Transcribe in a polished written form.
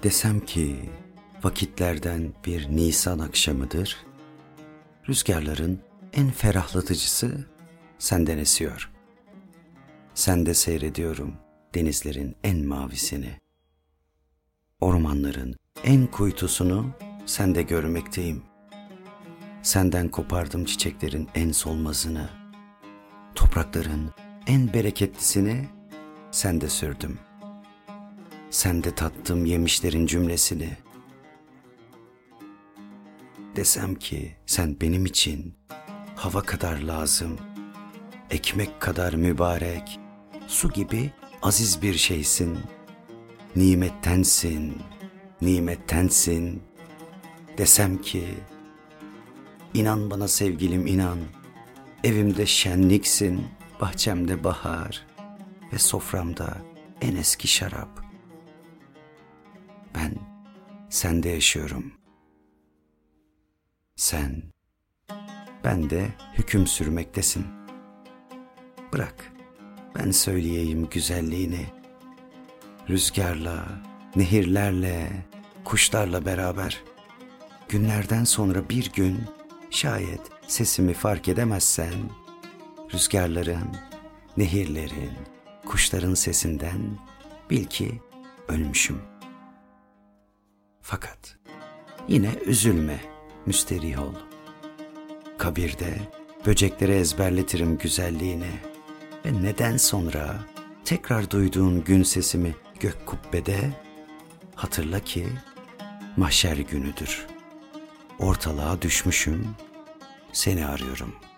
Desem ki vakitlerden bir Nisan akşamıdır, rüzgarların en ferahlatıcısı senden esiyor. Sende seyrediyorum denizlerin en mavisini. Ormanların en kuytusunu sende görmekteyim. Senden kopardım çiçeklerin en solmazını. Toprakların en bereketlisini sende sürdüm. Sende tattım yemişlerin cümlesini. Desem ki sen benim için hava kadar lazım, ekmek kadar mübarek, su gibi aziz bir şeysin. Nimettensin, nimettensin. Desem ki inan bana sevgilim inan, evimde şenliksin, bahçemde bahar ve soframda en eski şarap. Ben sende yaşıyorum. Sen bende hüküm sürmektesin. Bırak ben söyleyeyim güzelliğini. Rüzgarla, nehirlerle, kuşlarla beraber. Günlerden sonra bir gün şayet sesimi fark edemezsen, rüzgarların, nehirlerin, kuşların sesinden bil ki ölmüşüm. Fakat yine üzülme, müsterih ol. Kabirde böceklere ezberletirim güzelliğini ve neden sonra tekrar duyduğun gün sesimi gök kubbede, hatırla ki mahşer günüdür. Ortalığa düşmüşüm, seni arıyorum.''